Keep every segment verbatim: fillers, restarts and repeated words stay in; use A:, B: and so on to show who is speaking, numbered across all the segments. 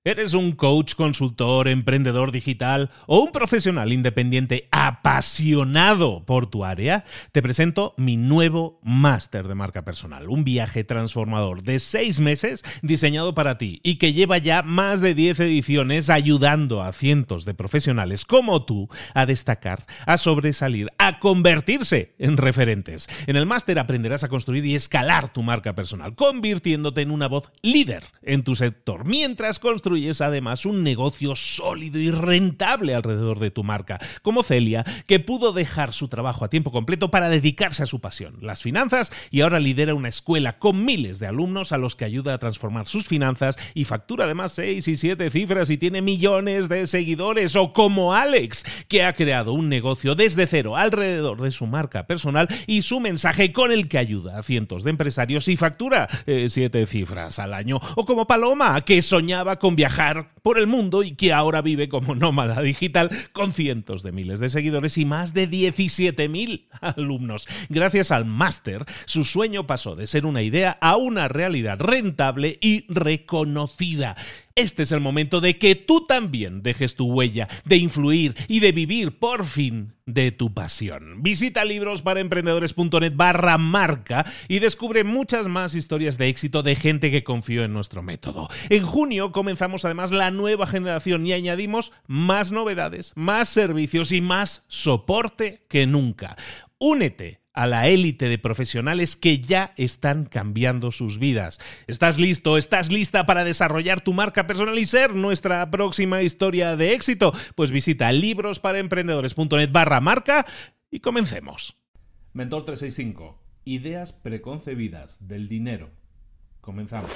A: ¿Eres un coach, consultor, emprendedor digital o un profesional independiente apasionado por tu área? Te presento mi nuevo máster de marca personal, un viaje transformador de seis meses diseñado para ti y que lleva ya más de diez ediciones ayudando a cientos de profesionales como tú a destacar, a sobresalir, a convertirse en referentes. En el máster aprenderás a construir y escalar tu marca personal, convirtiéndote en una voz líder en tu sector, mientras construyes además un negocio sólido y rentable alrededor de tu marca, como Celia, que pudo dejar su trabajo a tiempo completo para dedicarse a su pasión, las finanzas, y ahora lidera una escuela con miles de alumnos a los que ayuda a transformar sus finanzas y factura además seis y siete cifras y tiene millones de seguidores. O como Alex, que ha creado un negocio desde cero alrededor de su marca personal y su mensaje, con el que ayuda a cientos de empresarios y factura eh, siete cifras al año. O como Paloma, que soñaba con viajar por el mundo y que ahora vive como nómada digital con cientos de miles de seguidores y más de diecisiete mil alumnos. Gracias al máster, su sueño pasó de ser una idea a una realidad rentable y reconocida. Este es el momento de que tú también dejes tu huella, de influir y de vivir por fin de tu pasión. Visita librosparaemprendedores.net barra marca y descubre muchas más historias de éxito de gente que confió en nuestro método. En junio comenzamos además la nueva generación y añadimos más novedades, más servicios y más soporte que nunca. Únete a la élite de profesionales que ya están cambiando sus vidas. ¿Estás listo? ¿Estás lista para desarrollar tu marca personal y ser nuestra próxima historia de éxito? Pues visita librosparaemprendedores.net barra marca y comencemos.
B: Mentor trescientos sesenta y cinco. Ideas preconcebidas del dinero. Comenzamos.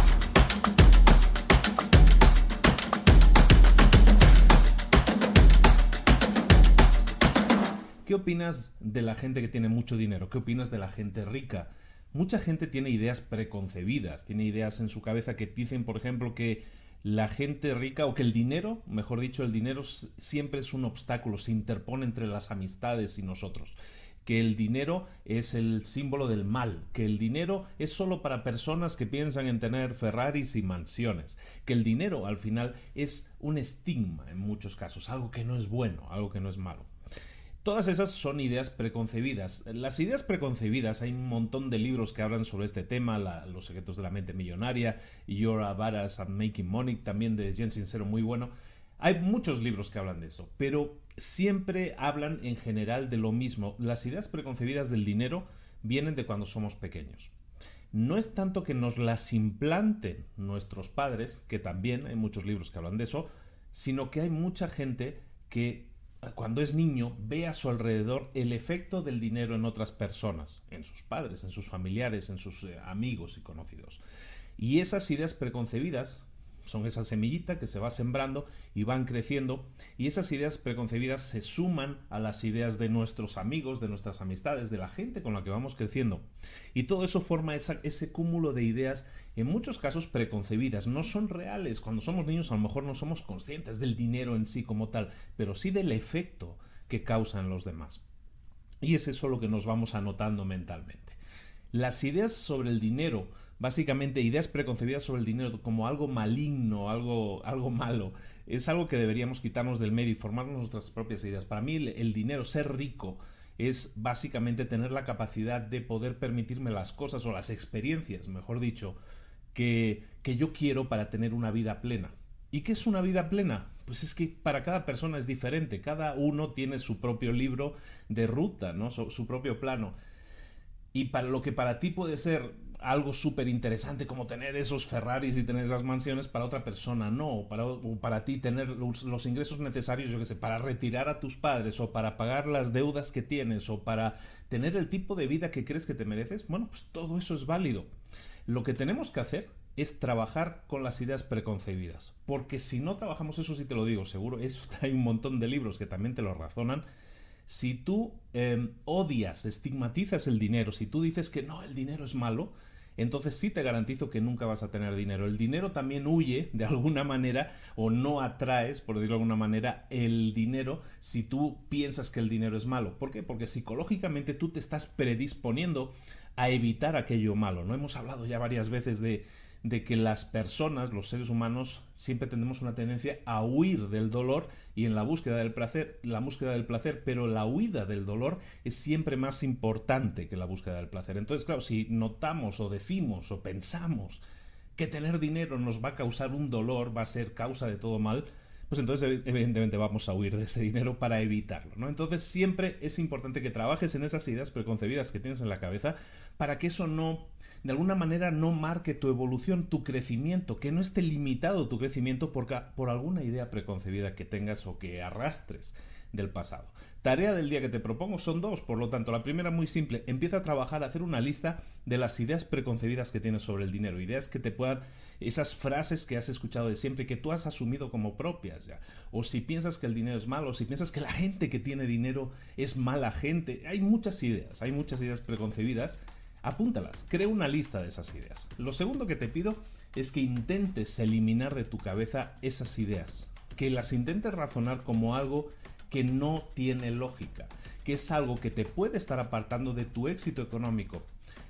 B: ¿Qué opinas de la gente que tiene mucho dinero? ¿Qué opinas de la gente rica? Mucha gente tiene ideas preconcebidas, tiene ideas en su cabeza que dicen, por ejemplo, que la gente rica, o que el dinero, mejor dicho, el dinero siempre es un obstáculo, se interpone entre las amistades y nosotros. Que el dinero es el símbolo del mal, que el dinero es solo para personas que piensan en tener Ferraris y mansiones, que el dinero al final es un estigma en muchos casos, algo que no es bueno, algo que no es malo. Todas esas son ideas preconcebidas. Las ideas preconcebidas, hay un montón de libros que hablan sobre este tema, la, Los secretos de la mente millonaria, You're a Badass at Making Money, también de Jen Sincero, muy bueno. Hay muchos libros que hablan de eso, pero siempre hablan en general de lo mismo. Las ideas preconcebidas del dinero vienen de cuando somos pequeños. No es tanto que nos las implanten nuestros padres, que también hay muchos libros que hablan de eso, sino que hay mucha gente que cuando es niño ve a su alrededor el efecto del dinero en otras personas, en sus padres, en sus familiares, en sus amigos y conocidos. Y esas ideas preconcebidas son esa semillita que se va sembrando y van creciendo, y esas ideas preconcebidas se suman a las ideas de nuestros amigos, de nuestras amistades, de la gente con la que vamos creciendo. Y todo eso forma esa, ese cúmulo de ideas, en muchos casos preconcebidas, no son reales. Cuando somos niños a lo mejor no somos conscientes del dinero en sí como tal, pero sí del efecto que causan los demás. Y es eso lo que nos vamos anotando mentalmente. Las ideas sobre el dinero, básicamente ideas preconcebidas sobre el dinero como algo maligno, algo, algo malo, es algo que deberíamos quitarnos del medio y formarnos nuestras propias ideas. Para mí el, el dinero, ser rico, es básicamente tener la capacidad de poder permitirme las cosas o las experiencias, mejor dicho, que, que yo quiero para tener una vida plena. ¿Y qué es una vida plena? Pues es que para cada persona es diferente, cada uno tiene su propio libro de ruta, ¿no? su, su propio plano. Y para lo que para ti puede ser algo súper interesante como tener esos Ferraris y tener esas mansiones, para otra persona no. Para, para ti tener los, los ingresos necesarios, yo qué sé, para retirar a tus padres o para pagar las deudas que tienes o para tener el tipo de vida que crees que te mereces, bueno, pues todo eso es válido. Lo que tenemos que hacer es trabajar con las ideas preconcebidas, porque si no trabajamos, eso sí te lo digo seguro, eso, hay un montón de libros que también te lo razonan. Si tú eh, odias, estigmatizas el dinero, si tú dices que no, el dinero es malo, entonces sí te garantizo que nunca vas a tener dinero. El dinero también huye de alguna manera, o no atraes, por decirlo de alguna manera, el dinero si tú piensas que el dinero es malo. ¿Por qué? Porque psicológicamente tú te estás predisponiendo a evitar aquello malo, ¿no? Hemos hablado ya varias veces de, de que las personas, los seres humanos, siempre tenemos una tendencia a huir del dolor y en la búsqueda del placer, la búsqueda del placer, pero la huida del dolor es siempre más importante que la búsqueda del placer. Entonces, claro, si notamos o decimos o pensamos que tener dinero nos va a causar un dolor, va a ser causa de todo mal, pues entonces evidentemente vamos a huir de ese dinero para evitarlo, ¿no? Entonces siempre es importante que trabajes en esas ideas preconcebidas que tienes en la cabeza para que eso no, de alguna manera, no marque tu evolución, tu crecimiento, que no esté limitado tu crecimiento por, por alguna idea preconcebida que tengas o que arrastres del pasado. Tarea del día que te propongo son dos, por lo tanto, la primera muy simple, empieza a trabajar, a hacer una lista de las ideas preconcebidas que tienes sobre el dinero, ideas que te puedan, esas frases que has escuchado de siempre, que tú has asumido como propias ya, o si piensas que el dinero es malo, o si piensas que la gente que tiene dinero es mala gente, hay muchas ideas, hay muchas ideas preconcebidas, apúntalas, crea una lista de esas ideas. Lo segundo que te pido es que intentes eliminar de tu cabeza esas ideas, que las intentes razonar como algo que no tiene lógica, que es algo que te puede estar apartando de tu éxito económico.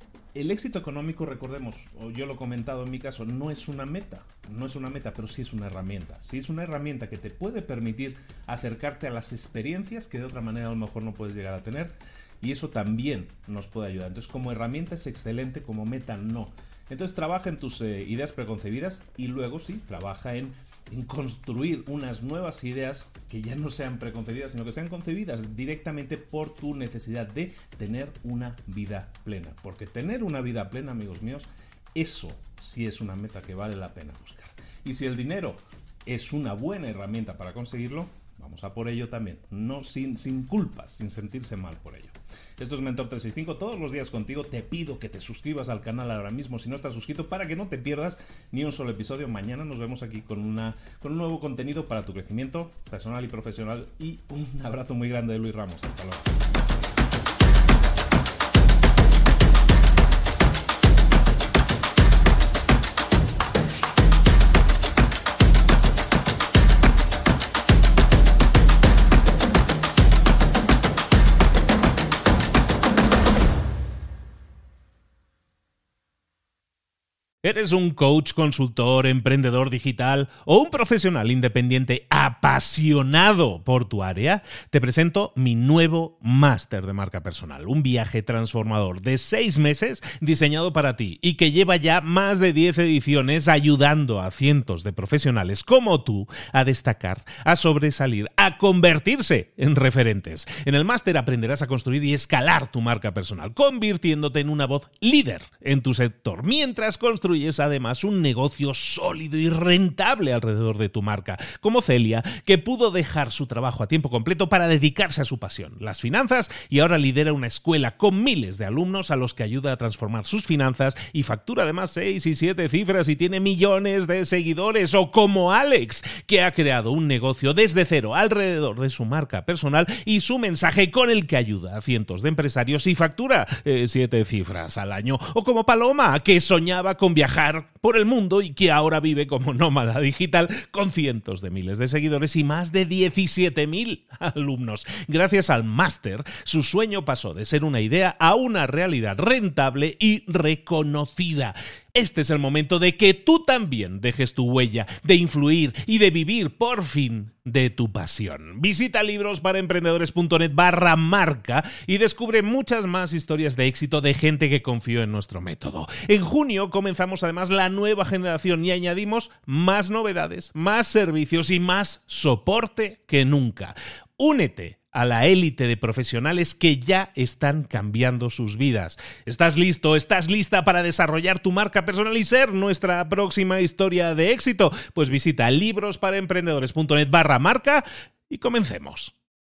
B: El éxito económico, recordemos, o yo lo he comentado en mi caso, no es una meta, no es una meta, pero sí es una herramienta. Sí es una herramienta que te puede permitir acercarte a las experiencias que de otra manera a lo mejor no puedes llegar a tener, y eso también nos puede ayudar. Entonces, como herramienta es excelente, como meta no. Entonces, trabaja en tus eh, ideas preconcebidas y luego sí, trabaja en en construir unas nuevas ideas que ya no sean preconcebidas, sino que sean concebidas directamente por tu necesidad de tener una vida plena. Porque tener una vida plena, amigos míos, eso sí es una meta que vale la pena buscar. Y si el dinero es una buena herramienta para conseguirlo, vamos a por ello también, no sin, sin culpas, sin sentirse mal por ello. Esto es Mentor trescientos sesenta y cinco, todos los días contigo. Te pido que te suscribas al canal ahora mismo si no estás suscrito para que no te pierdas ni un solo episodio. Mañana nos vemos aquí con, una, con un nuevo contenido para tu crecimiento personal y profesional. Y un abrazo muy grande de Luis Ramos. Hasta luego.
A: ¿Eres un coach, consultor, emprendedor digital o un profesional independiente apasionado por tu área? Te presento mi nuevo máster de marca personal, un viaje transformador de seis meses diseñado para ti y que lleva ya más de diez ediciones ayudando a cientos de profesionales como tú a destacar, a sobresalir, a convertirse en referentes. En el máster aprenderás a construir y escalar tu marca personal, convirtiéndote en una voz líder en tu sector, mientras construyes además un negocio sólido y rentable alrededor de tu marca, como Celia, que pudo dejar su trabajo a tiempo completo para dedicarse a su pasión, las finanzas, y ahora lidera una escuela con miles de alumnos a los que ayuda a transformar sus finanzas y factura además seis y siete cifras y tiene millones de seguidores, o como Alex, que ha creado un negocio desde cero alrededor de su marca personal y su mensaje con el que ayuda a cientos de empresarios y factura eh, siete cifras al año, o como Paloma, que soñaba con viajar por el mundo y que ahora vive como nómada digital con cientos de miles de seguidores y más de diecisiete mil alumnos. Gracias al máster, su sueño pasó de ser una idea a una realidad rentable y reconocida. Este es el momento de que tú también dejes tu huella, de influir y de vivir por fin de tu pasión. Visita librosparaemprendedores.net barra marca y descubre muchas más historias de éxito de gente que confió en nuestro método. En junio comenzamos además la nueva generación y añadimos más novedades, más servicios y más soporte que nunca. Únete a la élite de profesionales que ya están cambiando sus vidas. ¿Estás listo? ¿Estás lista para desarrollar tu marca personal y ser nuestra próxima historia de éxito? Pues visita librosparaemprendedores.net barra marca y comencemos.